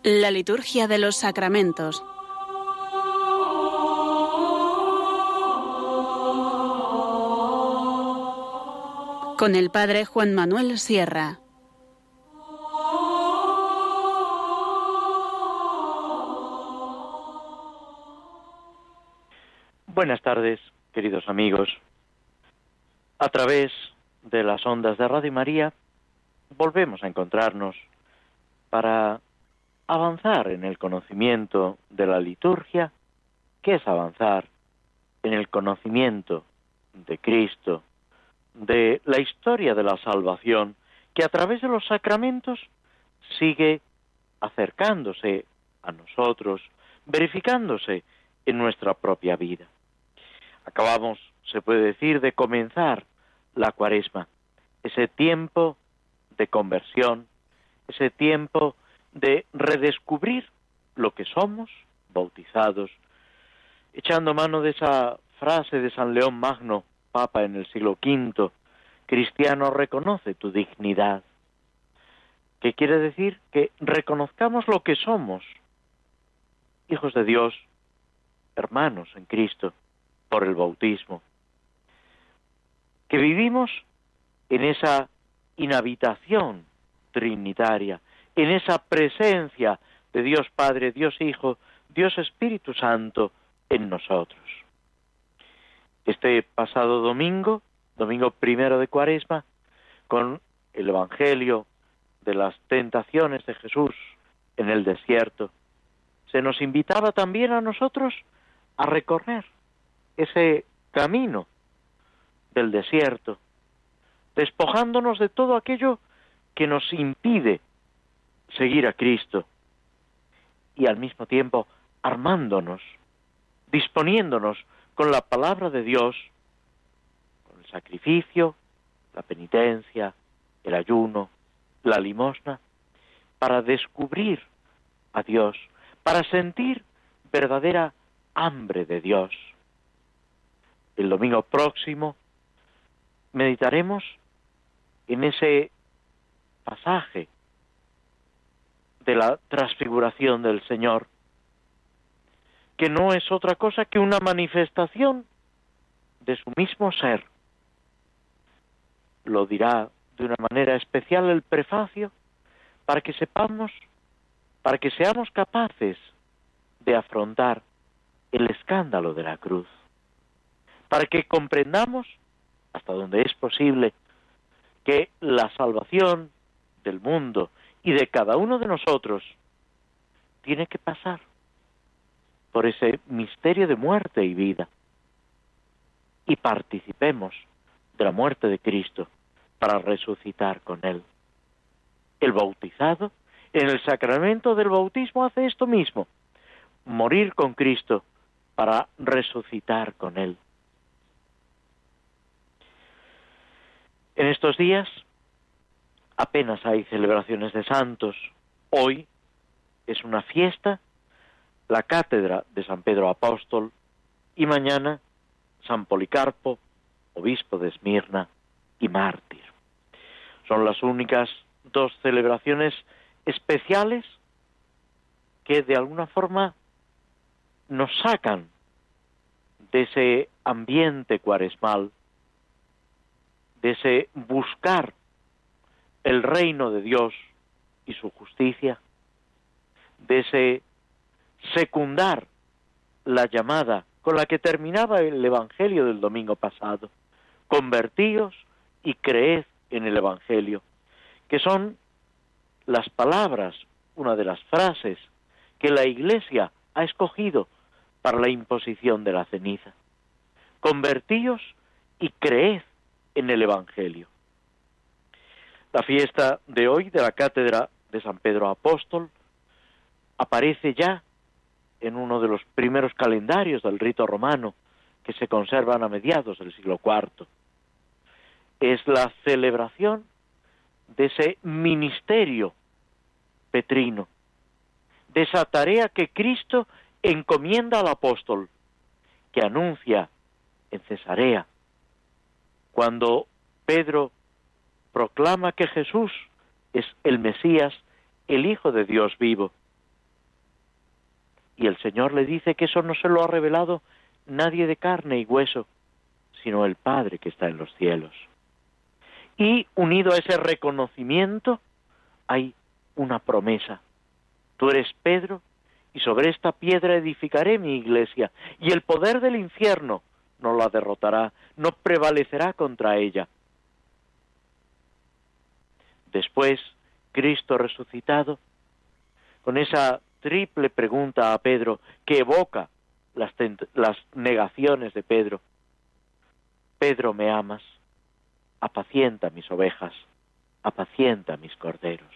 La liturgia de los sacramentos. Con el Padre Juan Manuel Sierra. Buenas tardes, queridos amigos. A través de las ondas de Radio María, volvemos a encontrarnos para avanzar en el conocimiento de la liturgia, que es avanzar en el conocimiento de Cristo, de la historia de la salvación, que a través de los sacramentos sigue acercándose a nosotros, verificándose en nuestra propia vida. Acabamos, se puede decir, de comenzar la Cuaresma, ese tiempo de conversión, ese tiempo de redescubrir lo que somos, bautizados, echando mano de esa frase de San León Magno, Papa en el siglo V, cristiano, reconoce tu dignidad, que quiere decir que reconozcamos lo que somos, hijos de Dios, hermanos en Cristo, por el bautismo, que vivimos en esa inhabitación trinitaria, en esa presencia de Dios Padre, Dios Hijo, Dios Espíritu Santo en nosotros. Este pasado domingo, domingo primero de Cuaresma, con el Evangelio de las tentaciones de Jesús en el desierto, se nos invitaba también a nosotros a recorrer ese camino del desierto, despojándonos de todo aquello que nos impide seguir a Cristo y al mismo tiempo armándonos, disponiéndonos con la palabra de Dios, con el sacrificio, la penitencia, el ayuno, la limosna, para descubrir a Dios, para sentir verdadera hambre de Dios. El domingo próximo meditaremos en ese pasaje de la transfiguración del Señor, que no es otra cosa que una manifestación de su mismo ser. Lo dirá de una manera especial el prefacio, para que sepamos, para que seamos capaces de afrontar el escándalo de la cruz, para que comprendamos, hasta donde es posible, que la salvación del mundo y de cada uno de nosotros tiene que pasar por ese misterio de muerte y vida, y participemos de la muerte de Cristo para resucitar con Él. El bautizado, en el sacramento del bautismo, hace esto mismo, morir con Cristo para resucitar con Él. En estos días apenas hay celebraciones de santos. Hoy es una fiesta, la cátedra de San Pedro Apóstol, y mañana San Policarpo, obispo de Esmirna y mártir. Son las únicas dos celebraciones especiales que de alguna forma nos sacan de ese ambiente cuaresmal, de ese buscar el reino de Dios y su justicia, de ese secundar la llamada con la que terminaba el Evangelio del domingo pasado: convertíos y creed en el Evangelio, que son las palabras, una de las frases que la Iglesia ha escogido para la imposición de la ceniza. Convertíos y creed en el Evangelio. La fiesta de hoy de la cátedra de San Pedro Apóstol aparece ya en uno de los primeros calendarios del rito romano que se conservan a mediados del siglo IV. Es la celebración de ese ministerio petrino, de esa tarea que Cristo encomienda al apóstol, que anuncia en Cesarea, cuando Pedro proclama que Jesús es el Mesías, el Hijo de Dios vivo, Y el Señor le dice que eso no se lo ha revelado nadie de carne y hueso, sino el Padre que está en los cielos. Y unido a ese reconocimiento hay una promesa. Tú eres Pedro, y sobre esta piedra edificaré mi iglesia, y el poder del infierno no la derrotará, no prevalecerá contra ella. Después, Cristo resucitado, con esa triple pregunta a Pedro que evoca las negaciones de Pedro. Pedro, ¿me amas? Apacienta mis ovejas, apacienta mis corderos.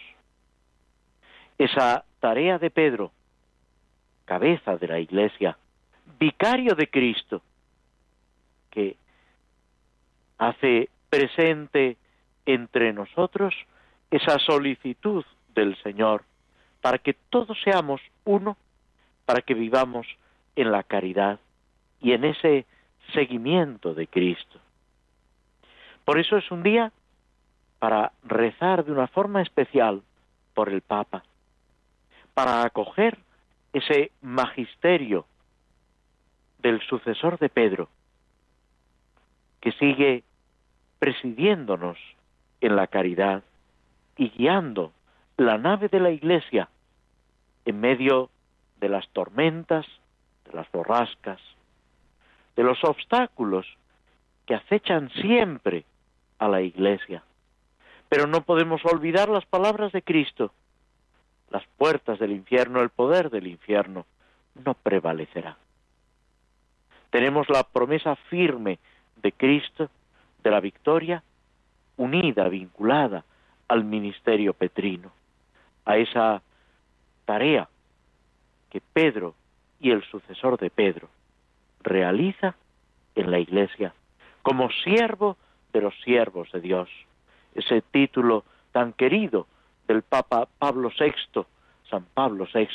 Esa tarea de Pedro, cabeza de la Iglesia, vicario de Cristo, que hace presente entre nosotros esa solicitud del Señor, para que todos seamos uno, para que vivamos en la caridad y en ese seguimiento de Cristo. Por eso es un día para rezar de una forma especial por el Papa, para acoger ese magisterio del sucesor de Pedro, que sigue presidiéndonos en la caridad y guiando la nave de la Iglesia en medio de las tormentas, de las borrascas, de los obstáculos que acechan siempre a la Iglesia. Pero no podemos olvidar las palabras de Cristo. Las puertas del infierno, el poder del infierno, no prevalecerá. Tenemos la promesa firme de Cristo, de la victoria, unida, vinculada al ministerio petrino, a esa tarea que Pedro y el sucesor de Pedro realiza en la Iglesia como siervo de los siervos de Dios. Ese título tan querido del Papa Pablo VI, San Pablo VI.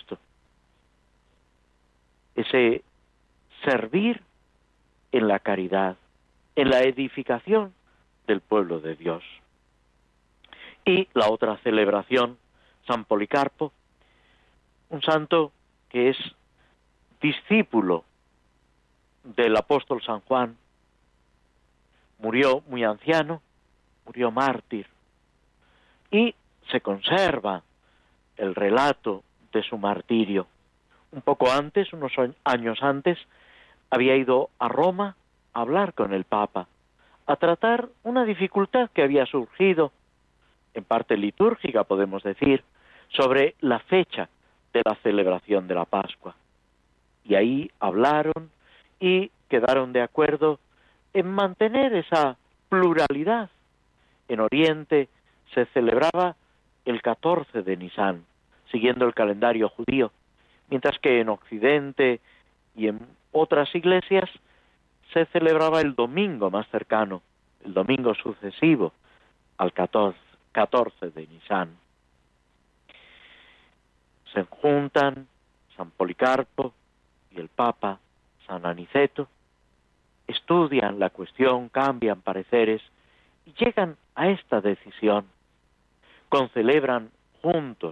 Ese servir en la caridad, en la edificación del pueblo de Dios. Y la otra celebración, San Policarpo, un santo que es discípulo del apóstol San Juan, murió muy anciano, murió mártir, y se conserva el relato de su martirio. Un poco antes, unos años antes, había ido a Roma a hablar con el Papa, a tratar una dificultad que había surgido, en parte litúrgica podemos decir, sobre la fecha de la celebración de la Pascua. Y ahí hablaron y quedaron de acuerdo en mantener esa pluralidad. En Oriente se celebraba el 14 de Nisán, siguiendo el calendario judío, mientras que en Occidente y en otras iglesias se celebraba el domingo más cercano, el domingo sucesivo al 14 de Nisán. Se juntan San Policarpo y el Papa, San Aniceto, estudian la cuestión, cambian pareceres y llegan a esta decisión. Celebran juntos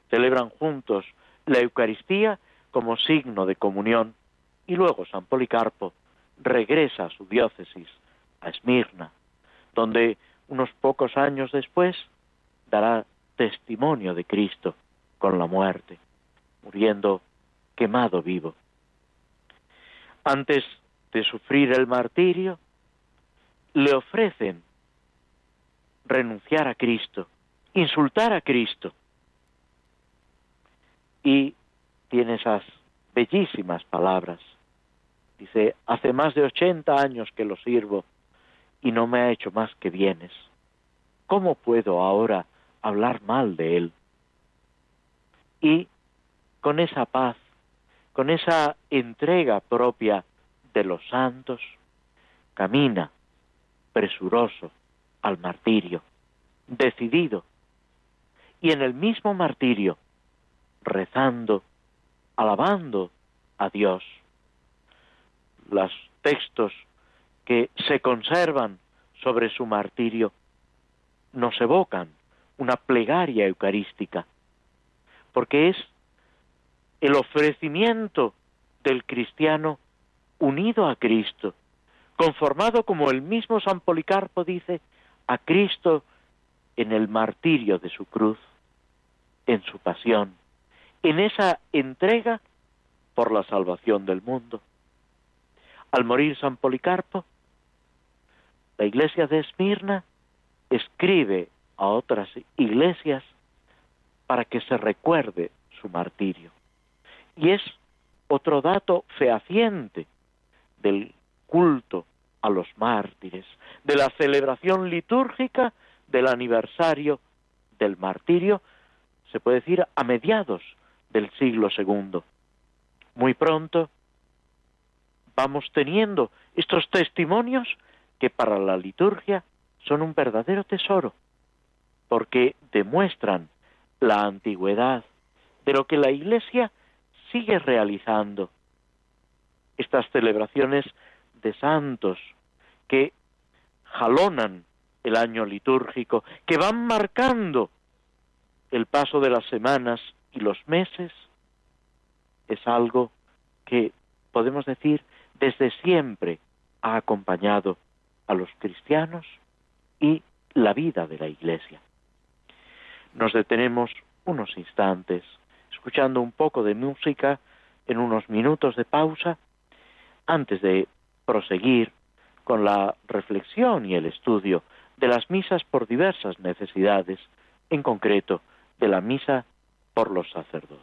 la Eucaristía como signo de comunión, y luego San Policarpo regresa a su diócesis, a Esmirna, donde unos pocos años después dará testimonio de Cristo con la muerte, muriendo quemado vivo. Antes de sufrir el martirio, le ofrecen renunciar a Cristo, insultar a Cristo. Y tiene esas bellísimas palabras. Dice, hace más de 80 años que lo sirvo y no me ha hecho más que bienes. ¿Cómo puedo ahora hablar mal de él? Y con esa paz, con esa entrega propia de los santos, camina presuroso al martirio, decidido, y en el mismo martirio, rezando, alabando a Dios. Los textos que se conservan sobre su martirio nos evocan una plegaria eucarística, porque es el ofrecimiento del cristiano unido a Cristo, conformado, como el mismo San Policarpo dice, a Cristo en el martirio de su cruz, en su pasión, en esa entrega por la salvación del mundo. Al morir San Policarpo, la iglesia de Esmirna escribe a otras iglesias para que se recuerde su martirio. Y es otro dato fehaciente del culto a los mártires, de la celebración litúrgica del aniversario del martirio, se puede decir a mediados del siglo II. Muy pronto vamos teniendo estos testimonios que para la liturgia son un verdadero tesoro, porque demuestran la antigüedad de lo que la Iglesia sigue realizando. Estas celebraciones de santos que jalonan el año litúrgico, que van marcando el paso de las semanas y los meses, es algo que, podemos decir, desde siempre ha acompañado a los cristianos y la vida de la Iglesia. Nos detenemos unos instantes, escuchando un poco de música, en unos minutos de pausa, antes de proseguir con la reflexión y el estudio de las misas por diversas necesidades, en concreto de la misa por los sacerdotes.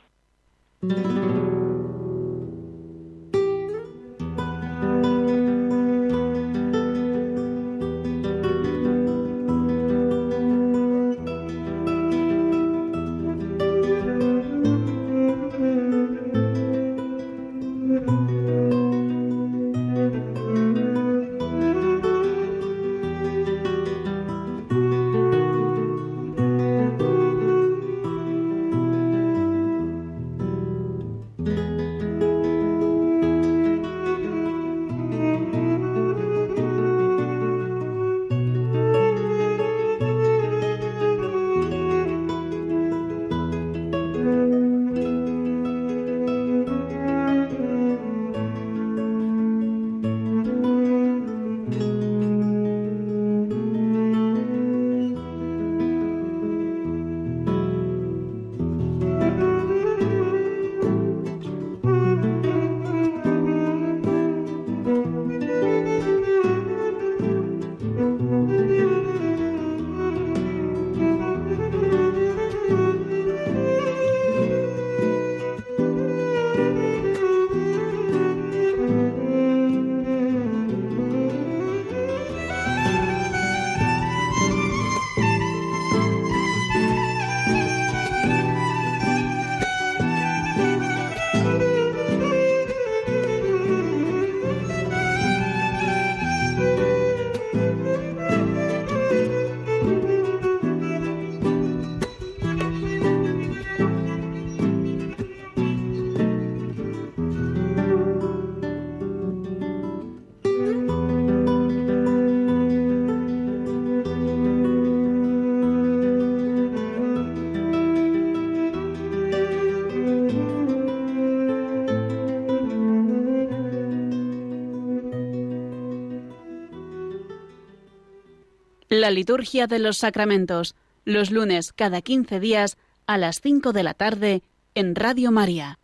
La liturgia de los sacramentos, los lunes cada 15 días a las 5 de la tarde en Radio María.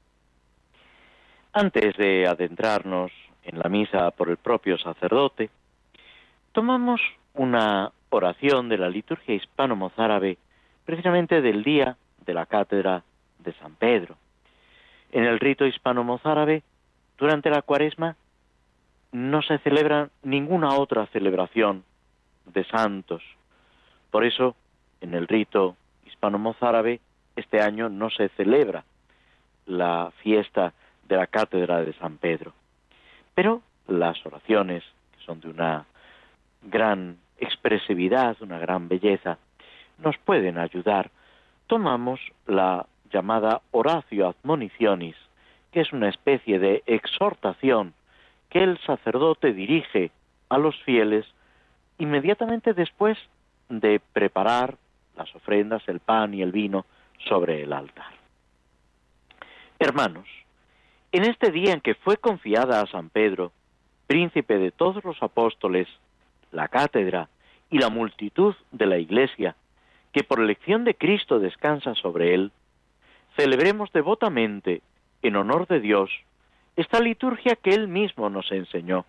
Antes de adentrarnos en la misa por el propio sacerdote, tomamos una oración de la liturgia hispano-mozárabe, precisamente del día de la cátedra de San Pedro. En el rito hispano-mozárabe, durante la Cuaresma, no se celebra ninguna otra celebración de santos. Por eso, en el rito hispano-mozárabe, este año no se celebra la fiesta de la cátedra de San Pedro. Pero las oraciones, que son de una gran expresividad, una gran belleza, nos pueden ayudar. Tomamos la llamada Oratio Admonitionis, que es una especie de exhortación que el sacerdote dirige a los fieles inmediatamente después de preparar las ofrendas, el pan y el vino sobre el altar. Hermanos, en este día en que fue confiada a San Pedro, príncipe de todos los apóstoles, la cátedra y la multitud de la Iglesia, que por elección de Cristo descansa sobre él, celebremos devotamente, en honor de Dios, esta liturgia que Él mismo nos enseñó.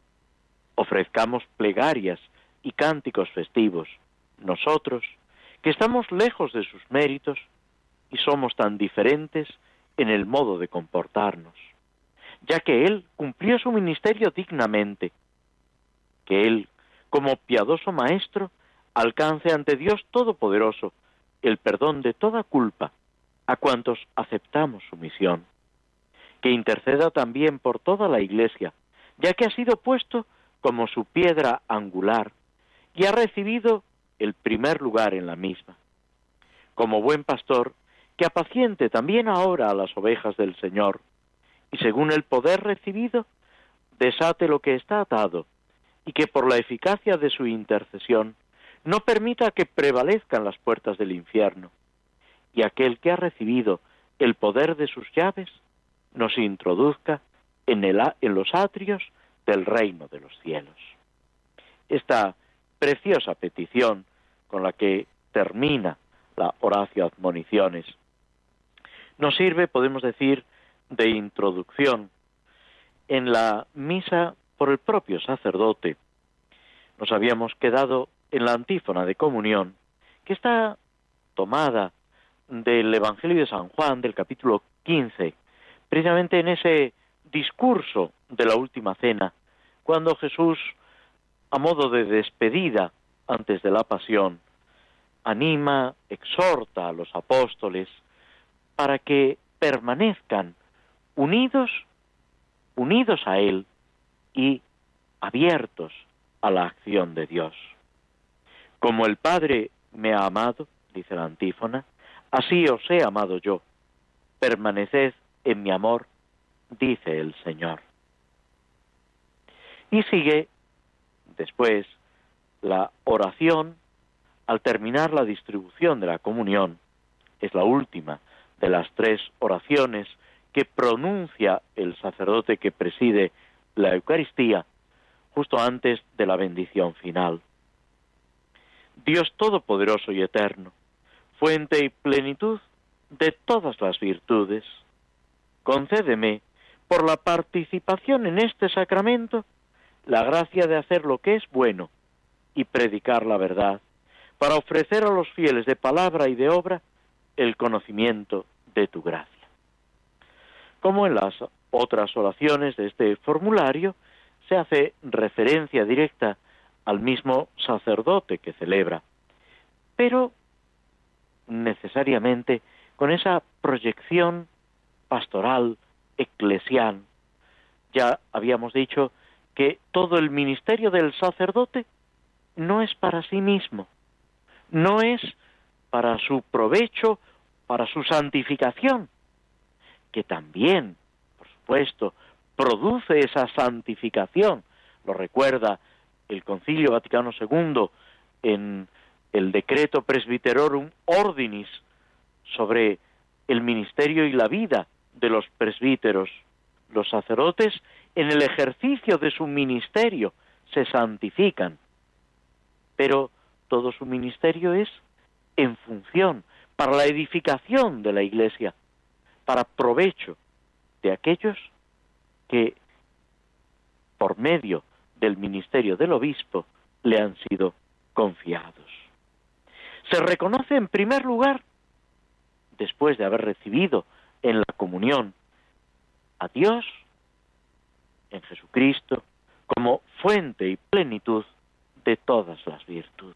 Ofrezcamos plegarias y cánticos festivos, nosotros, que estamos lejos de sus méritos y somos tan diferentes en el modo de comportarnos, ya que Él cumplió su ministerio dignamente, que Él, como piadoso Maestro, alcance ante Dios Todopoderoso el perdón de toda culpa a cuantos aceptamos su misión, que interceda también por toda la Iglesia, ya que ha sido puesto como su piedra angular y ha recibido el primer lugar en la misma. Como buen pastor, que apaciente también ahora a las ovejas del Señor, y según el poder recibido, desate lo que está atado, y que por la eficacia de su intercesión no permita que prevalezcan las puertas del infierno, y aquel que ha recibido el poder de sus llaves nos introduzca en los atrios del reino de los cielos. Esta preciosa petición con la que termina la Oratio Admonitiones nos sirve, podemos decir, de introducción. En la misa por el propio sacerdote nos habíamos quedado en la antífona de comunión, que está tomada del Evangelio de San Juan, del capítulo 15, precisamente en ese discurso de la última cena, cuando Jesús, a modo de despedida antes de la pasión, anima, exhorta a los apóstoles para que permanezcan unidos a Él y abiertos a la acción de Dios. Como el Padre me ha amado, dice la antífona, así os he amado yo. Permaneced en mi amor, dice el Señor. Y sigue después la oración al terminar la distribución de la comunión. Es la última de las 3 oraciones que pronuncia el sacerdote que preside la Eucaristía justo antes de la bendición final. Dios Todopoderoso y Eterno, fuente y plenitud de todas las virtudes, concédeme, por la participación en este sacramento, la gracia de hacer lo que es bueno y predicar la verdad, para ofrecer a los fieles de palabra y de obra el conocimiento de tu gracia. Como en las otras oraciones de este formulario, se hace referencia directa al mismo sacerdote que celebra, pero necesariamente con esa proyección pastoral, eclesial. Ya habíamos dicho que todo el ministerio del sacerdote no es para sí mismo, no es para su provecho, para su santificación, que también, por supuesto, produce esa santificación. Lo recuerda el Concilio Vaticano II en el Decreto Presbyterorum Ordinis sobre el ministerio y la vida de los presbíteros. Los sacerdotes, en el ejercicio de su ministerio, se santifican, pero todo su ministerio es en función, para la edificación de la Iglesia, para provecho de aquellos que, por medio del ministerio del obispo, le han sido confiados. Se reconoce en primer lugar, después de haber recibido en la comunión a Dios, en Jesucristo, como fuente y plenitud de todas las virtudes.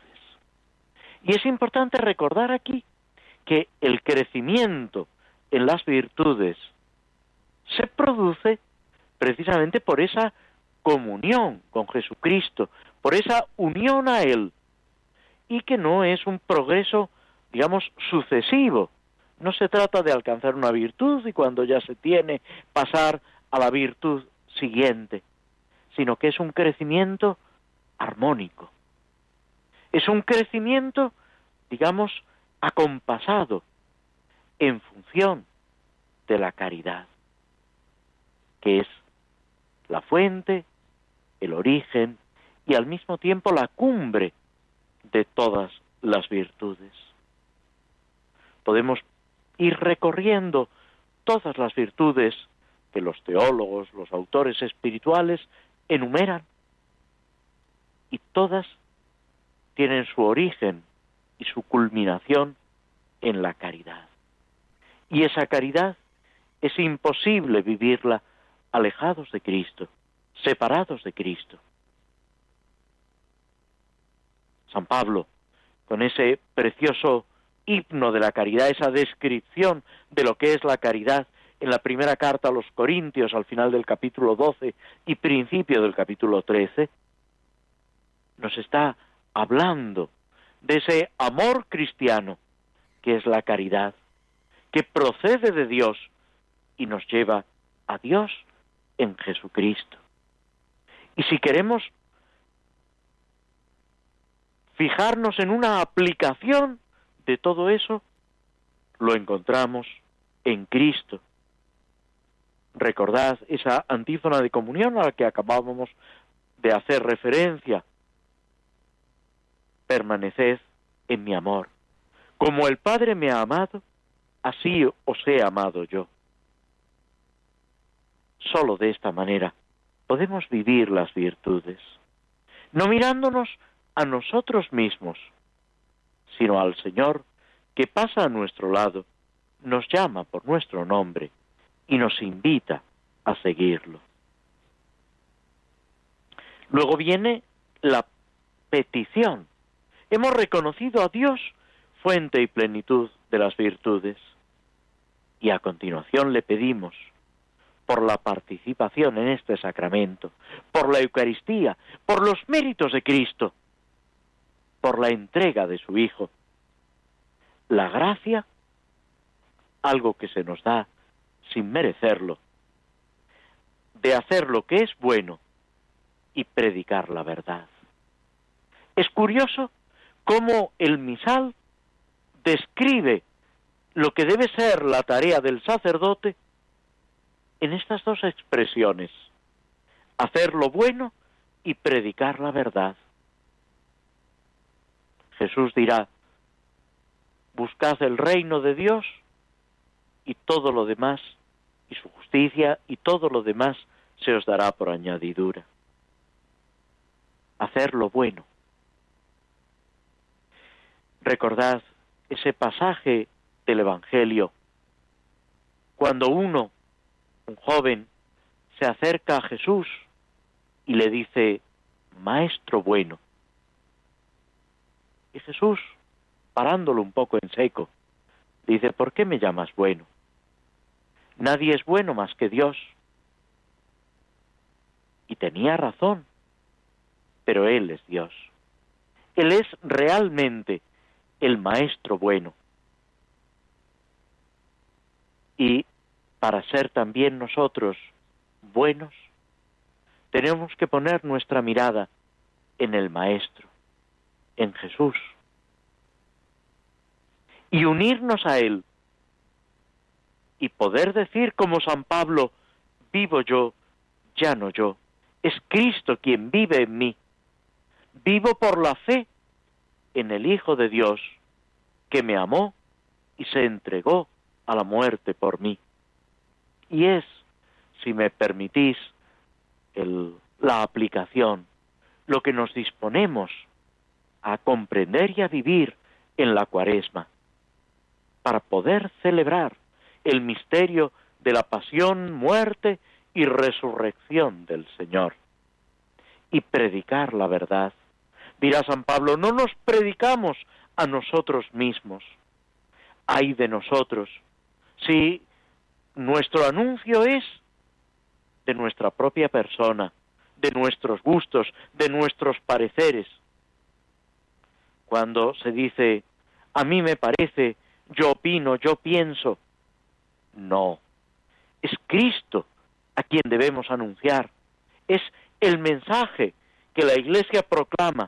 Y es importante recordar aquí que el crecimiento en las virtudes se produce precisamente por esa comunión con Jesucristo, por esa unión a Él, y que no es un progreso, digamos, sucesivo. No se trata de alcanzar una virtud y cuando ya se tiene pasar a la virtud siguiente, sino que es un crecimiento armónico. Es un crecimiento, digamos, acompasado en función de la caridad, que es la fuente, el origen y al mismo tiempo la cumbre de todas las virtudes. Podemos ir recorriendo todas las virtudes que los teólogos, los autores espirituales enumeran, y todas tienen su origen y su culminación en la caridad. Y esa caridad es imposible vivirla alejados de Cristo, separados de Cristo. San Pablo, con ese precioso himno de la caridad, esa descripción de lo que es la caridad, en la primera carta a los Corintios, al final del capítulo 12 y principio del capítulo 13, nos está hablando de ese amor cristiano, que es la caridad, que procede de Dios y nos lleva a Dios en Jesucristo. Y si queremos fijarnos en una aplicación de todo eso, lo encontramos en Cristo. Recordad esa antífona de comunión a la que acabábamos de hacer referencia. Permaneced en mi amor. Como el Padre me ha amado, así os he amado yo. Solo de esta manera podemos vivir las virtudes, no mirándonos a nosotros mismos, sino al Señor que pasa a nuestro lado, nos llama por nuestro nombre y nos invita a seguirlo. Luego viene la petición. Hemos reconocido a Dios, fuente y plenitud de las virtudes, y a continuación le pedimos por la participación en este sacramento, por la Eucaristía, por los méritos de Cristo, por la entrega de su Hijo. La gracia, algo que se nos da sin merecerlo, de hacer lo que es bueno y predicar la verdad. Es curioso cómo el misal describe lo que debe ser la tarea del sacerdote en estas dos expresiones: hacer lo bueno y predicar la verdad. Jesús dirá: buscad el reino de Dios y todo lo demás, y su justicia, y todo lo demás se os dará por añadidura. Hacer lo bueno. Recordad ese pasaje del Evangelio, cuando un joven, se acerca a Jesús y le dice: Maestro bueno. Y Jesús, parándolo un poco en seco, dice: ¿por qué me llamas bueno? Nadie es bueno más que Dios. Y tenía razón, pero Él es Dios. Él es realmente el Maestro bueno. Y para ser también nosotros buenos, tenemos que poner nuestra mirada en el Maestro, en Jesús, y unirnos a Él, y poder decir como San Pablo: vivo yo, ya no yo, es Cristo quien vive en mí. Vivo por la fe en el Hijo de Dios, que me amó y se entregó a la muerte por mí. Y es, si me permitís la aplicación, lo que nos disponemos a comprender y a vivir en la Cuaresma, para poder celebrar el misterio de la pasión, muerte y resurrección del Señor, y predicar la verdad. Dirá San Pablo: no nos predicamos a nosotros mismos. Ay de nosotros si nuestro anuncio es de nuestra propia persona, de nuestros gustos, de nuestros pareceres. Cuando se dice: a mí me parece, yo opino, yo pienso. No, es Cristo a quien debemos anunciar. Es el mensaje que la Iglesia proclama.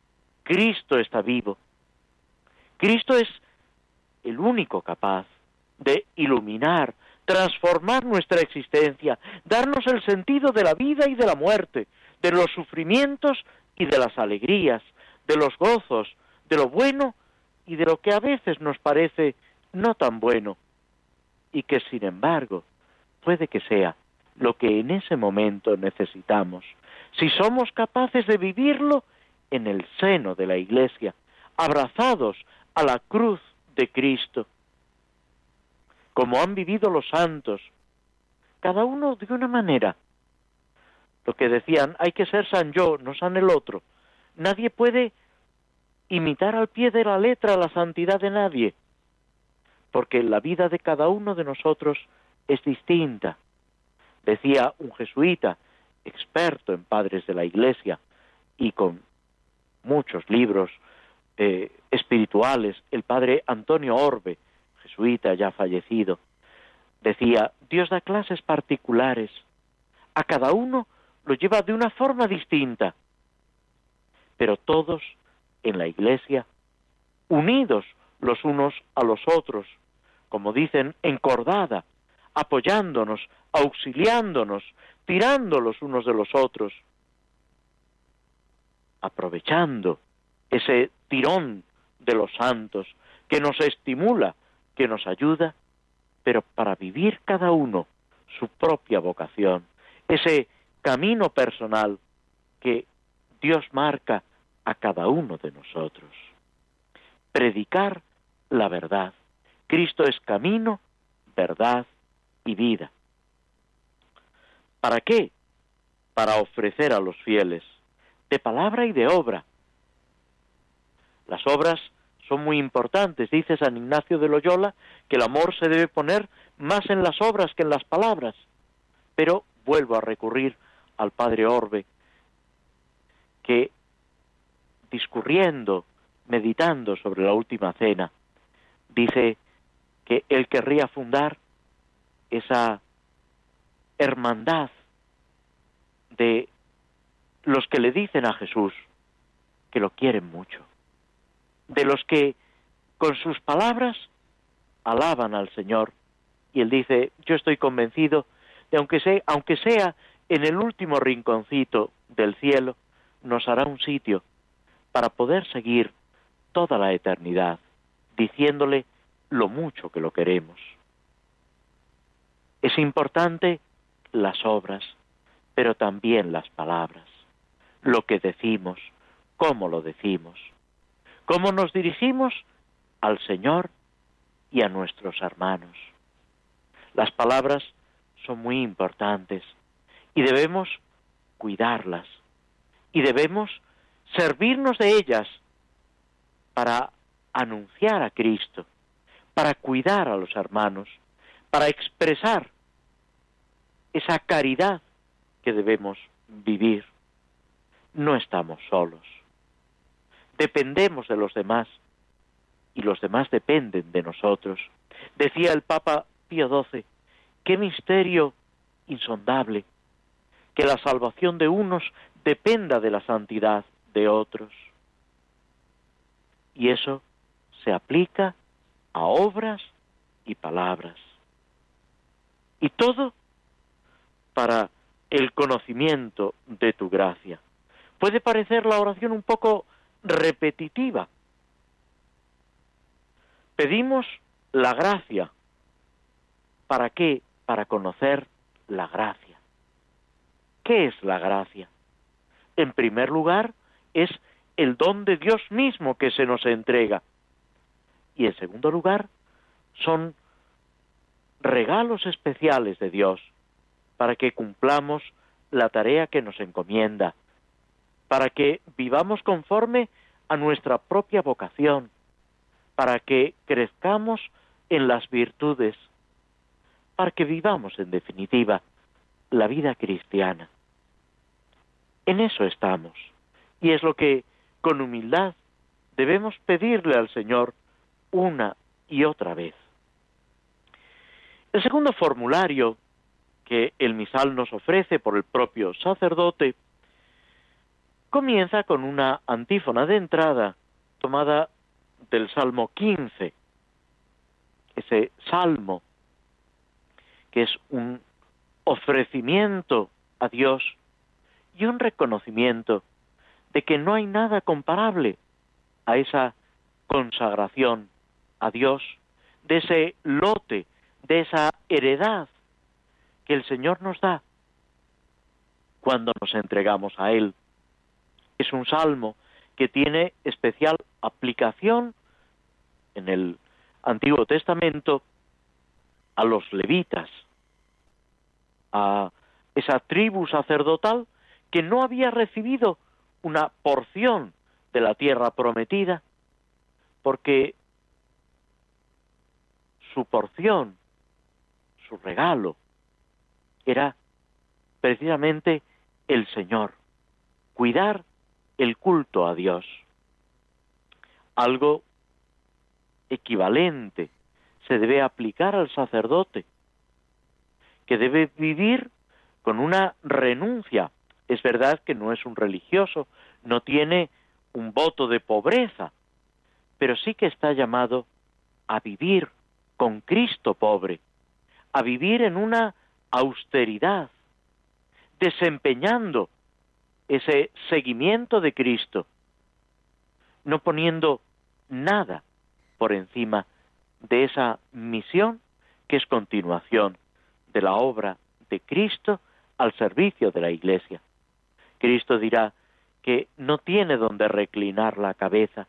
Cristo está vivo. Cristo es el único capaz de iluminar, transformar nuestra existencia, darnos el sentido de la vida y de la muerte, de los sufrimientos y de las alegrías, de los gozos, de lo bueno y de lo que a veces nos parece no tan bueno, y que sin embargo puede que sea lo que en ese momento necesitamos, si somos capaces de vivirlo en el seno de la Iglesia, abrazados a la cruz de Cristo, como han vivido los santos, cada uno de una manera. Lo que decían, hay que ser san yo, no san el otro. Nadie puede imitar al pie de la letra la santidad de nadie, porque la vida de cada uno de nosotros es distinta. Decía un jesuita, experto en padres de la Iglesia y con muchos libros espirituales, el padre Antonio Orbe, jesuita ya fallecido, decía, Dios da clases particulares, a cada uno lo lleva de una forma distinta, pero todos en la Iglesia, unidos los unos a los otros, como dicen, encordada, apoyándonos, auxiliándonos, tirando los unos de los otros, aprovechando ese tirón de los santos que nos estimula, que nos ayuda, pero para vivir cada uno su propia vocación, ese camino personal que Dios marca a cada uno de nosotros. Predicar la verdad. Cristo es camino, verdad y vida. ¿Para qué? Para ofrecer a los fieles, de palabra y de obra. Las obras son muy importantes. Dice San Ignacio de Loyola que el amor se debe poner más en las obras que en las palabras. Pero vuelvo a recurrir al padre Orbe, que discurriendo, meditando sobre la última cena, dice que él querría fundar esa hermandad de los que le dicen a Jesús que lo quieren mucho, de los que con sus palabras alaban al Señor, y él dice, yo estoy convencido de aunque sea en el último rinconcito del cielo, nos hará un sitio para poder seguir toda la eternidad, diciéndole lo mucho que lo queremos. Es importante las obras, pero también las palabras, lo que decimos, cómo lo decimos, cómo nos dirigimos al Señor y a nuestros hermanos. Las palabras son muy importantes y debemos cuidarlas y debemos servirnos de ellas para anunciar a Cristo, para cuidar a los hermanos, para expresar esa caridad que debemos vivir. No estamos solos. Dependemos de los demás y los demás dependen de nosotros. Decía el Papa Pío XII, qué misterio insondable, que la salvación de unos dependa de la santidad de otros. Y eso se aplica a obras y palabras. Y todo para el conocimiento de tu gracia. Puede parecer la oración un poco repetitiva. Pedimos la gracia. ¿Para qué? Para conocer la gracia. ¿Qué es la gracia? En primer lugar, es el don de Dios mismo que se nos entrega. Y en segundo lugar, son regalos especiales de Dios para que cumplamos la tarea que nos encomienda, para que vivamos conforme a nuestra propia vocación, para que crezcamos en las virtudes, para que vivamos, en definitiva, la vida cristiana. En eso estamos, y es lo que, con humildad, debemos pedirle al Señor una y otra vez. El segundo formulario que el misal nos ofrece por el propio sacerdote comienza con una antífona de entrada tomada del Salmo 15. ese salmo, que es un ofrecimiento a Dios y un reconocimiento de que no hay nada comparable a esa consagración a Dios, de ese lote, de esa heredad que el Señor nos da cuando nos entregamos a Él. Es un salmo que tiene especial aplicación en el Antiguo Testamento a los levitas, a esa tribu sacerdotal que no había recibido una porción de la tierra prometida, porque su porción, su regalo, era precisamente el Señor, cuidar el culto a Dios. Algo equivalente se debe aplicar al sacerdote, que debe vivir con una renuncia. Es verdad que no es un religioso, no tiene un voto de pobreza, pero sí que está llamado a vivir con Cristo pobre, a vivir en una austeridad, desempeñando ese seguimiento de Cristo, no poniendo nada por encima de esa misión que es continuación de la obra de Cristo al servicio de la Iglesia. Cristo dirá que no tiene donde reclinar la cabeza.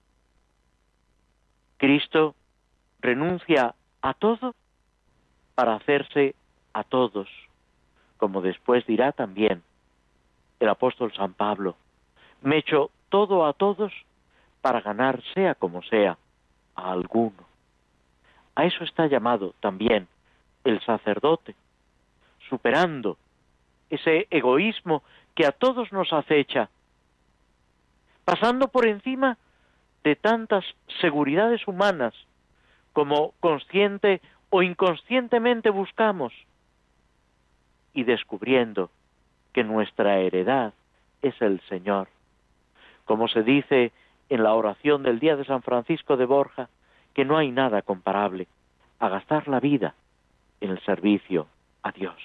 Cristo renuncia a todo para hacerse a todos, como después dirá también el apóstol San Pablo: me echo todo a todos para ganar, sea como sea, a alguno. A eso está llamado también el sacerdote, superando ese egoísmo que a todos nos acecha, pasando por encima de tantas seguridades humanas como consciente o inconscientemente buscamos, y descubriendo que nuestra heredad es el Señor. Como se dice en la oración del día de San Francisco de Borja, que no hay nada comparable a gastar la vida en el servicio a Dios.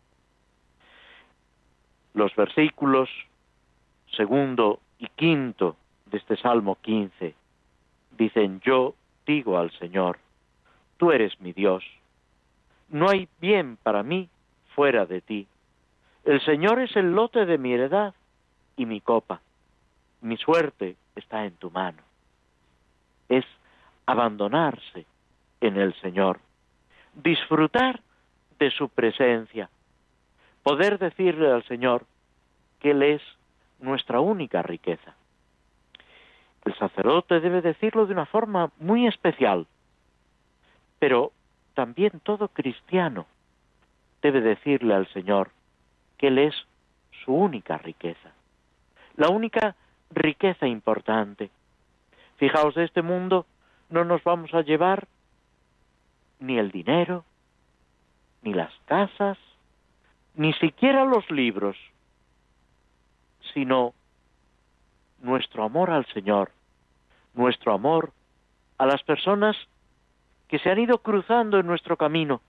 Los versículos 2 y 5 de este Salmo 15 dicen: yo digo al Señor, tú eres mi Dios, no hay bien para mí fuera de ti. El Señor es el lote de mi heredad y mi copa. Mi suerte está en tu mano. Es abandonarse en el Señor, disfrutar de su presencia, poder decirle al Señor que Él es nuestra única riqueza. El sacerdote debe decirlo de una forma muy especial, pero también todo cristiano debe decirle al Señor que Él es su única riqueza, la única riqueza importante. Fijaos, de este mundo no nos vamos a llevar ni el dinero, ni las casas, ni siquiera los libros, sino nuestro amor al Señor, nuestro amor a las personas que se han ido cruzando en nuestro camino,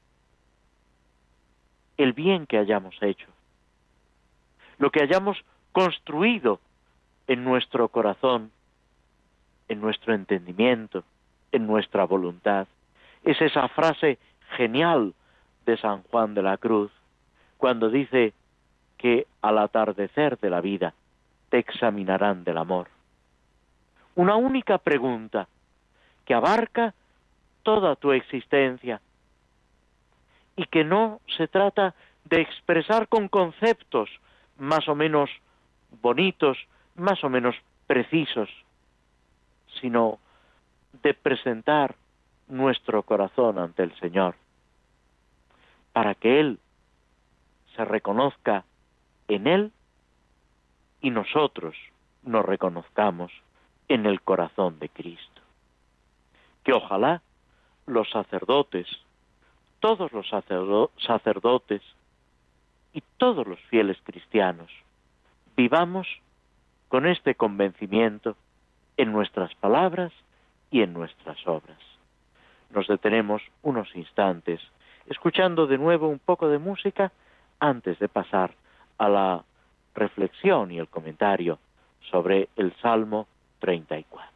el bien que hayamos hecho, lo que hayamos construido en nuestro corazón, en nuestro entendimiento, en nuestra voluntad. Es esa frase genial de San Juan de la Cruz, cuando dice que al atardecer de la vida te examinarán del amor. Una única pregunta que abarca toda tu existencia y que no se trata de expresar con conceptos más o menos bonitos, más o menos precisos, sino de presentar nuestro corazón ante el Señor, para que Él se reconozca en Él y nosotros nos reconozcamos en el corazón de Cristo. Que ojalá los sacerdotes, todos los sacerdotes y todos los fieles cristianos, vivamos con este convencimiento en nuestras palabras y en nuestras obras. nos detenemos unos instantes, escuchando de nuevo un poco de música antes de pasar a la reflexión y el comentario sobre el Salmo 34.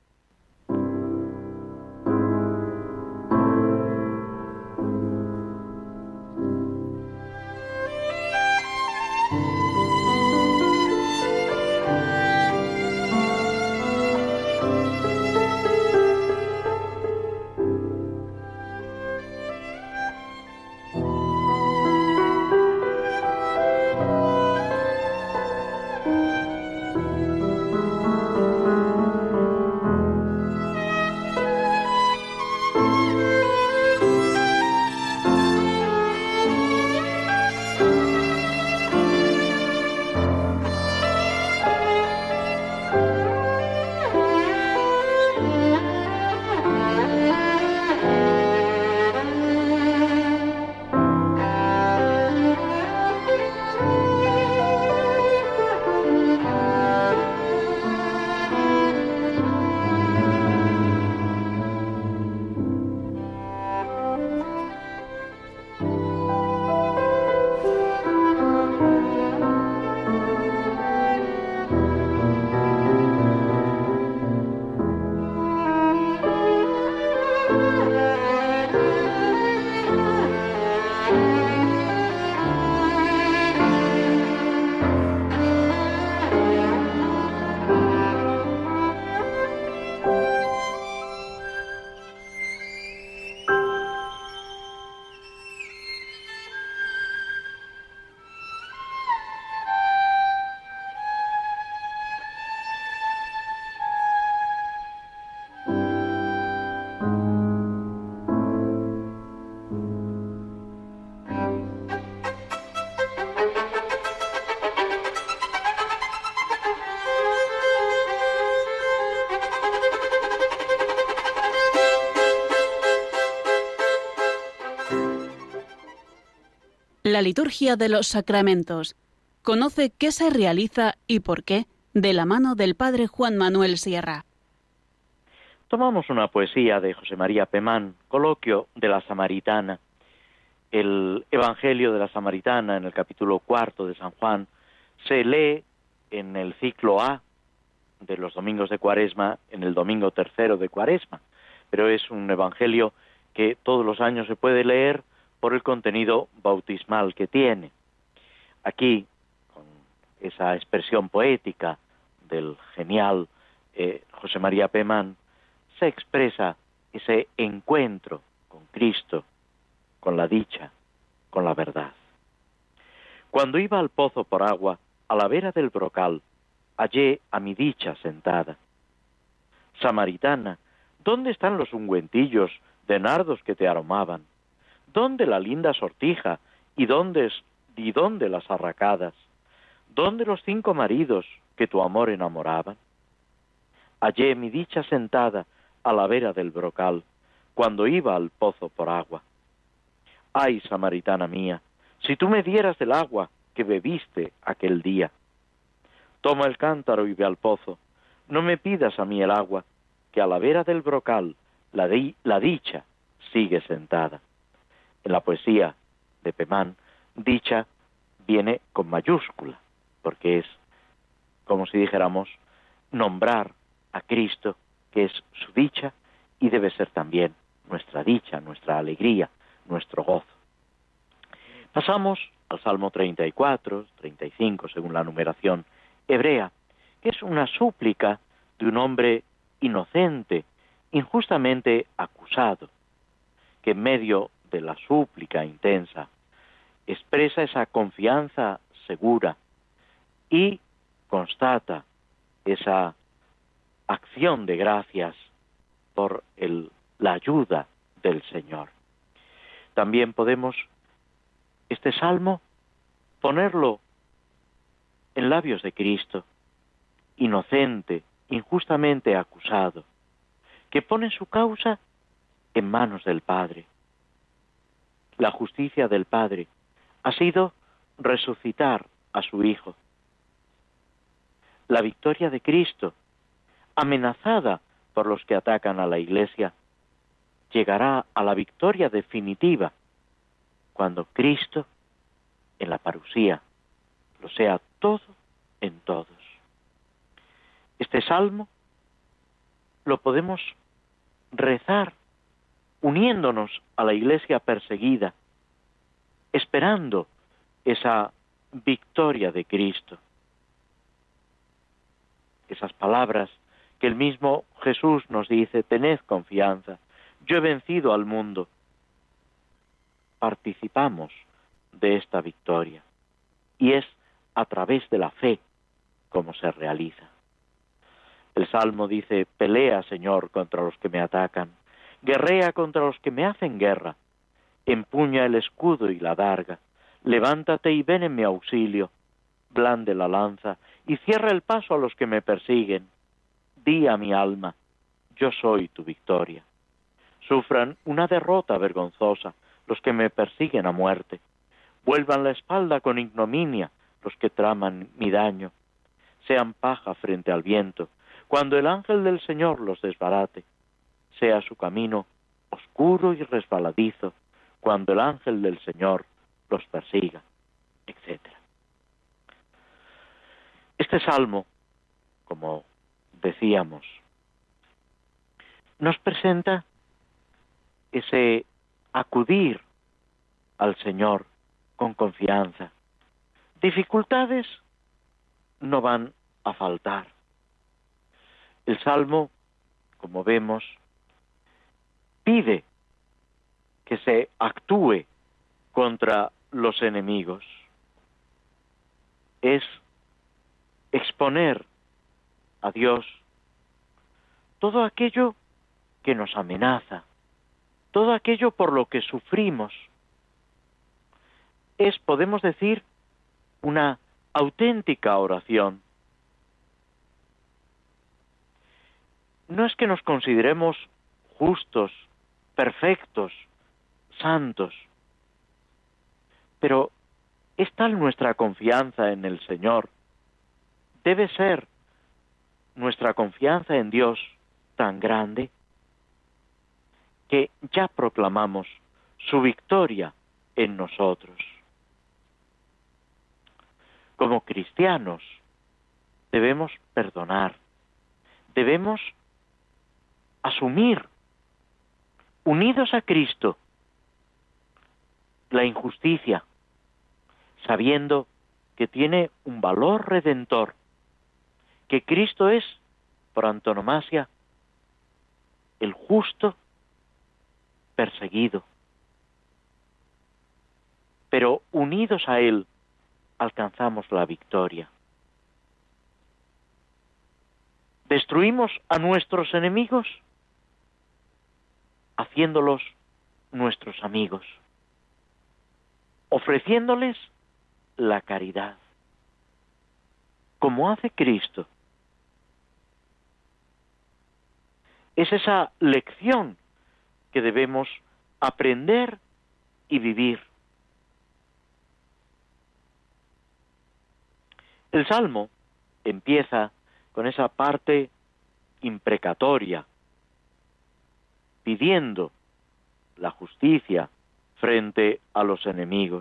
La liturgia de los sacramentos. Conoce qué se realiza y por qué de la mano del padre Juan Manuel Sierra. Tomamos una poesía de José María Pemán, Coloquio de la Samaritana. El Evangelio de la Samaritana, en el capítulo 4 de San Juan, se lee en el ciclo A de los domingos de Cuaresma, en el domingo tercero de Cuaresma, pero es un evangelio que todos los años se puede leer por el contenido bautismal que tiene. Aquí, con esa expresión poética del genial José María Pemán, se expresa ese encuentro con Cristo, con la dicha, con la verdad. Cuando iba al pozo por agua, a la vera del brocal, hallé a mi dicha sentada. Samaritana, ¿dónde están los ungüentillos de nardos que te aromaban? ¿Dónde la linda sortija y dónde las arracadas? ¿Dónde los 5 maridos que tu amor enamoraban? Hallé mi dicha sentada a la vera del brocal, cuando iba al pozo por agua. Ay, samaritana mía, si tú me dieras del agua que bebiste aquel día. Toma el cántaro y ve al pozo, no me pidas a mí el agua, que a la vera del brocal la dicha sigue sentada. En la poesía de Pemán, dicha viene con mayúscula, porque es, como si dijéramos, nombrar a Cristo, que es su dicha, y debe ser también nuestra dicha, nuestra alegría, nuestro gozo. Pasamos al Salmo 34, 35, según la numeración hebrea, que es una súplica de un hombre inocente, injustamente acusado, que en medio de la súplica intensa expresa esa confianza segura y constata esa acción de gracias por la ayuda del Señor. También podemos este salmo ponerlo en labios de Cristo, inocente, injustamente acusado, que pone su causa en manos del Padre. La justicia del Padre ha sido resucitar a su Hijo. La victoria de Cristo, amenazada por los que atacan a la Iglesia, llegará a la victoria definitiva cuando Cristo, en la parusía, lo sea todo en todos. Este salmo lo podemos rezar uniéndonos a la Iglesia perseguida, esperando esa victoria de Cristo. Esas palabras que el mismo Jesús nos dice: tened confianza, yo he vencido al mundo. Participamos de esta victoria y es a través de la fe como se realiza. El Salmo dice: pelea, Señor, contra los que me atacan, guerrea contra los que me hacen guerra, empuña el escudo y la adarga, levántate y ven en mi auxilio, blande la lanza y cierra el paso a los que me persiguen. Di a mi alma: yo soy tu victoria. Sufran una derrota vergonzosa los que me persiguen a muerte. Vuelvan la espalda con ignominia los que traman mi daño. Sean paja frente al viento, cuando el ángel del Señor los desbarate. Sea su camino oscuro y resbaladizo, cuando el ángel del Señor los persiga, etc. Este salmo, como decíamos, nos presenta ese acudir al Señor con confianza. Dificultades no van a faltar. El Salmo, como vemos, pide que se actúe contra los enemigos. Es exponer a Dios todo aquello que nos amenaza, todo aquello por lo que sufrimos. Es, podemos decir, una auténtica oración. No es que nos consideremos justos, perfectos, santos, pero es tal nuestra confianza en el Señor, debe ser nuestra confianza en Dios tan grande, que ya proclamamos su victoria en nosotros. Como cristianos debemos perdonar, debemos asumir, unidos a Cristo, la injusticia, sabiendo que tiene un valor redentor, que Cristo es, por antonomasia, el justo perseguido. Pero unidos a Él alcanzamos la victoria. Destruimos a nuestros enemigos haciéndolos nuestros amigos, ofreciéndoles la caridad, como hace Cristo. Es esa lección que debemos aprender y vivir. El Salmo empieza con esa parte imprecatoria, pidiendo la justicia frente a los enemigos.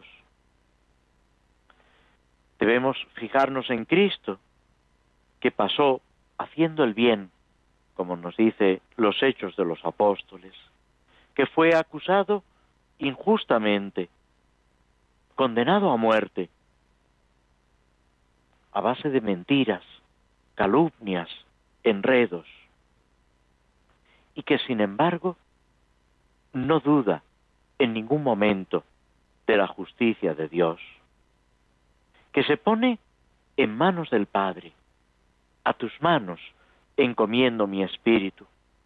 Debemos fijarnos en Cristo, que pasó haciendo el bien, como nos dice los Hechos de los Apóstoles, que fue acusado injustamente, condenado a muerte, a base de mentiras, calumnias, enredos, y que sin embargo no duda en ningún momento de la justicia de Dios, que se pone en manos del Padre. A tus manos encomiendo mi espíritu,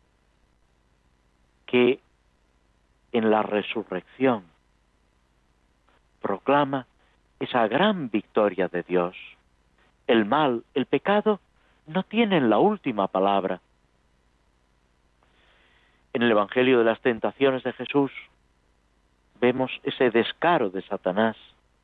que en la resurrección proclama esa gran victoria de Dios. El mal, el pecado, no tienen la última palabra. En el Evangelio de las Tentaciones de Jesús vemos ese descaro de Satanás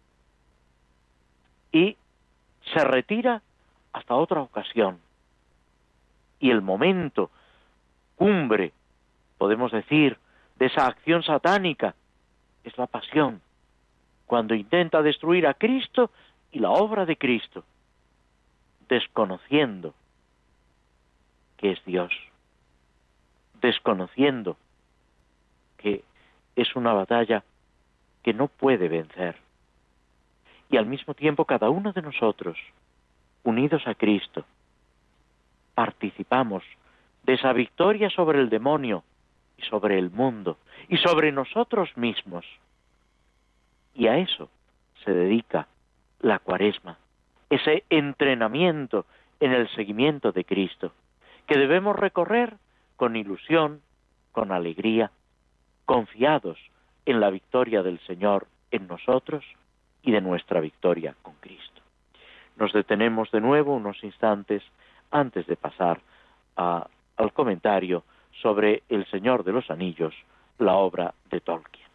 y se retira hasta otra ocasión. Y el momento cumbre, podemos decir, de esa acción satánica, es la pasión, cuando intenta destruir a Cristo y la obra de Cristo, desconociendo que es Dios, desconociendo que es una batalla que no puede vencer. Y al mismo tiempo cada uno de nosotros, unidos a Cristo, participamos de esa victoria sobre el demonio y sobre el mundo y sobre nosotros mismos. Y a eso se dedica la Cuaresma, ese entrenamiento en el seguimiento de Cristo, que debemos recorrer con ilusión, con alegría, confiados en la victoria del Señor en nosotros y de nuestra victoria con Cristo. Nos detenemos de nuevo unos instantes antes de pasar al comentario sobre El Señor de los Anillos, la obra de Tolkien.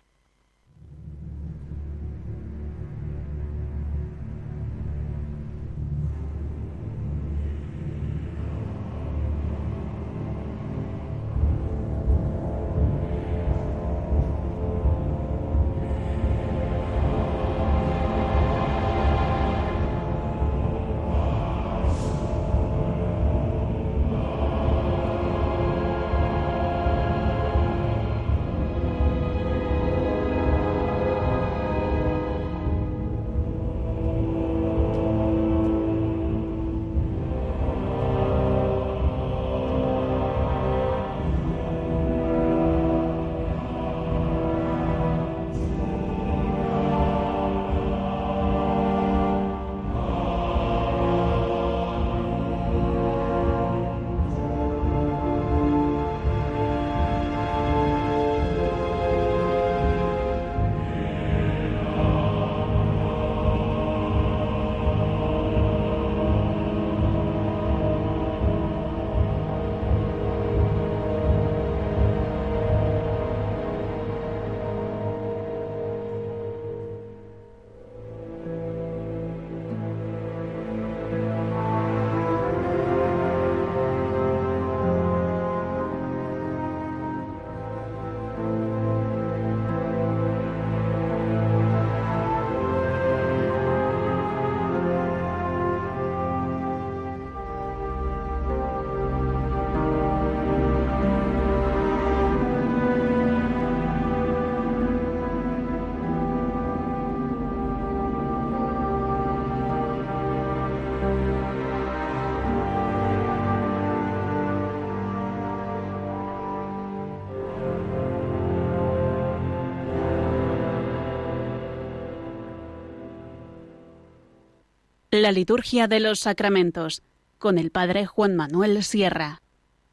La liturgia de los sacramentos, con el padre Juan Manuel Sierra.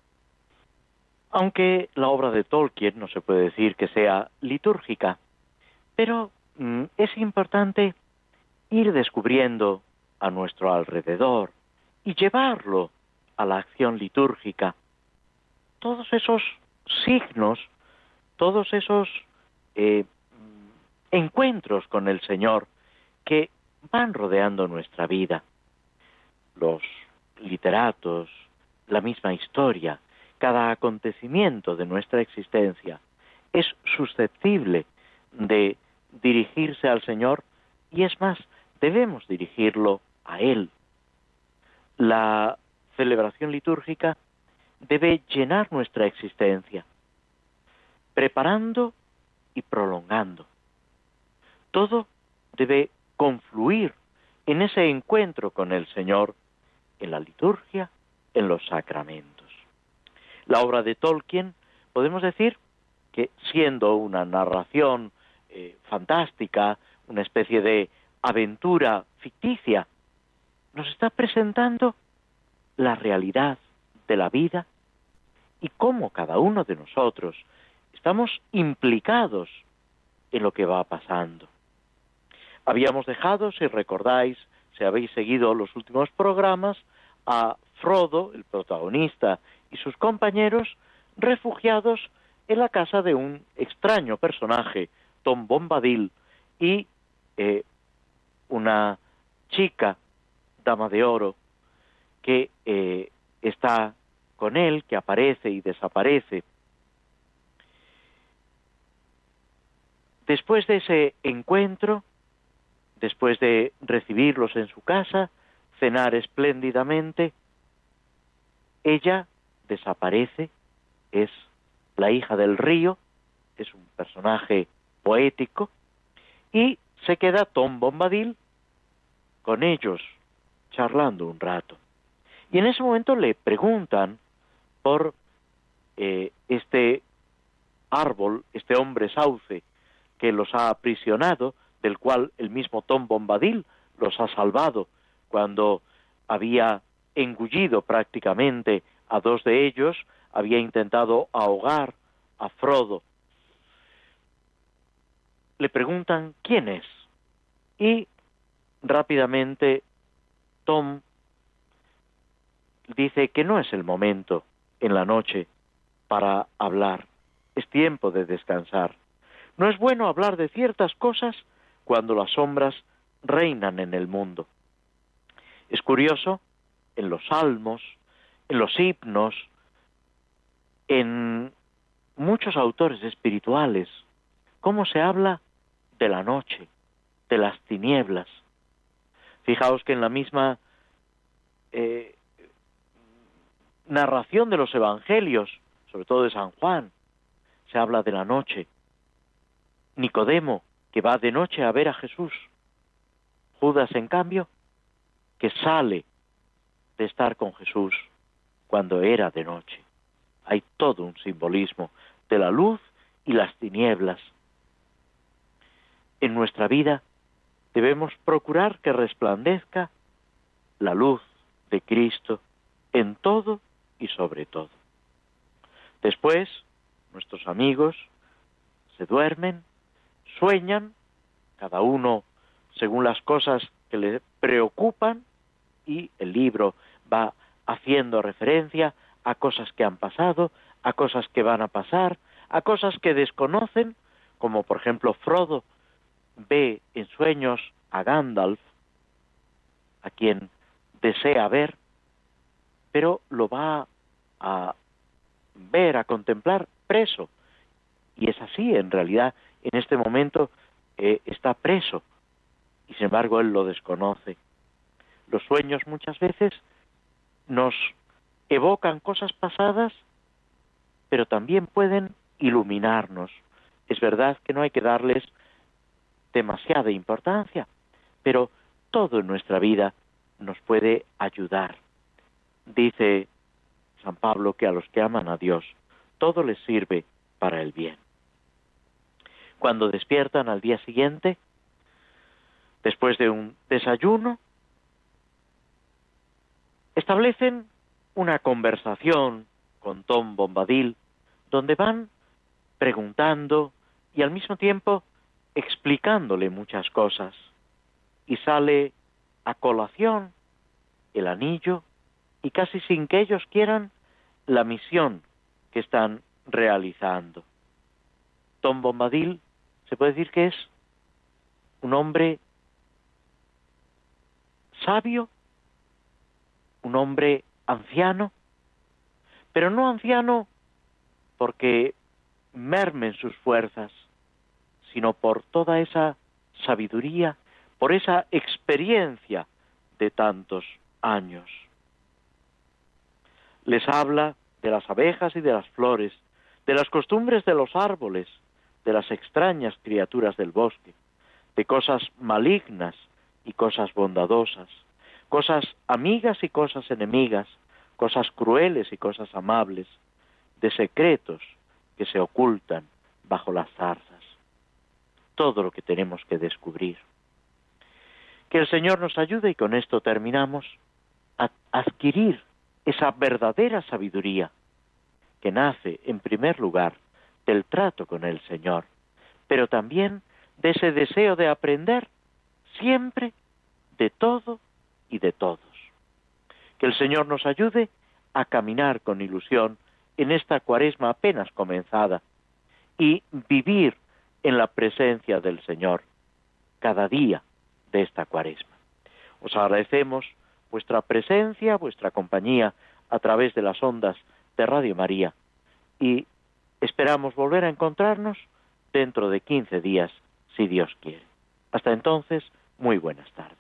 Aunque la obra de Tolkien no se puede decir que sea litúrgica, pero es importante ir descubriendo a nuestro alrededor y llevarlo a la acción litúrgica. Todos esos signos, todos esos encuentros con el Señor que van rodeando nuestra vida. Los literatos, la misma historia, cada acontecimiento de nuestra existencia es susceptible de dirigirse al Señor y es más, debemos dirigirlo a Él. La celebración litúrgica debe llenar nuestra existencia, preparando y prolongando. Todo debe confluir en ese encuentro con el Señor, en la liturgia, en los sacramentos. La obra de Tolkien, podemos decir que siendo una narración fantástica, una especie de aventura ficticia, nos está presentando la realidad de la vida y cómo cada uno de nosotros estamos implicados en lo que va pasando. Habíamos dejado, si recordáis, si habéis seguido los últimos programas, a Frodo, el protagonista, y sus compañeros refugiados en la casa de un extraño personaje, Tom Bombadil, y una chica, dama de oro, que está con él, que aparece y desaparece. Después de ese encuentro, después de recibirlos en su casa, cenar espléndidamente, ella desaparece, es la hija del río, es un personaje poético, y se queda Tom Bombadil con ellos, charlando un rato. Y en ese momento le preguntan por este árbol, este hombre sauce que los ha aprisionado, del cual el mismo Tom Bombadil los ha salvado cuando había engullido prácticamente a dos de ellos, había intentado ahogar a Frodo. Le preguntan quién es, y rápidamente Tom dice que no es el momento en la noche para hablar, es tiempo de descansar. No es bueno hablar de ciertas cosas cuando las sombras reinan en el mundo. Es curioso, en los salmos, en los himnos, en muchos autores espirituales, cómo se habla de la noche, de las tinieblas. Fijaos que en la misma narración de los evangelios, sobre todo de San Juan, se habla de la noche. Nicodemo, que va de noche a ver a Jesús. Judas, en cambio, que sale de estar con Jesús cuando era de noche. Hay todo un simbolismo de la luz y las tinieblas. En nuestra vida debemos procurar que resplandezca la luz de Cristo en todo y sobre todo. Después, nuestros amigos se duermen, sueñan, cada uno según las cosas que le preocupan, y el libro va haciendo referencia a cosas que han pasado, a cosas que van a pasar, a cosas que desconocen, como por ejemplo Frodo ve en sueños a Gandalf, a quien desea ver, pero lo va a ver, a contemplar preso. Y es así, en realidad, en este momento está preso, y sin embargo él lo desconoce. Los sueños muchas veces nos evocan cosas pasadas, pero también pueden iluminarnos. Es verdad que no hay que darles demasiada importancia, pero todo en nuestra vida nos puede ayudar. Dice San Pablo que a los que aman a Dios, todo les sirve para el bien. Cuando despiertan al día siguiente, después de un desayuno, establecen una conversación con Tom Bombadil, donde van preguntando y al mismo tiempo explicándole muchas cosas. Y sale a colación el anillo, y casi sin que ellos quieran, la misión que están realizando. Tom Bombadil se puede decir que es un hombre sabio, un hombre anciano, pero no anciano porque mermen sus fuerzas, sino por toda esa sabiduría, por esa experiencia de tantos años. Les habla de las abejas y de las flores, de las costumbres de los árboles, de las extrañas criaturas del bosque, de cosas malignas y cosas bondadosas, cosas amigas y cosas enemigas, cosas crueles y cosas amables, de secretos que se ocultan bajo las zarzas. Todo lo que tenemos que descubrir. Que el Señor nos ayude, y con esto terminamos, a adquirir esa verdadera sabiduría que nace, en primer lugar, del trato con el Señor, pero también de ese deseo de aprender siempre de todo y de todos. Que el Señor nos ayude a caminar con ilusión en esta Cuaresma apenas comenzada y vivir en la presencia del Señor cada día de esta Cuaresma. Os agradecemos vuestra presencia, vuestra compañía a través de las ondas de Radio María, y esperamos volver a encontrarnos dentro de 15 días, si Dios quiere. Hasta entonces, muy buenas tardes.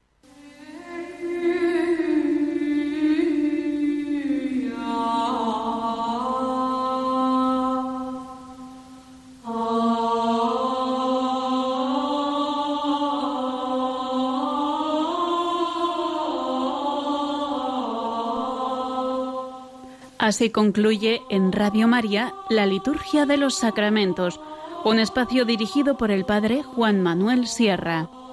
Así concluye en Radio María la Liturgia de los Sacramentos, un espacio dirigido por el Padre Juan Manuel Sierra.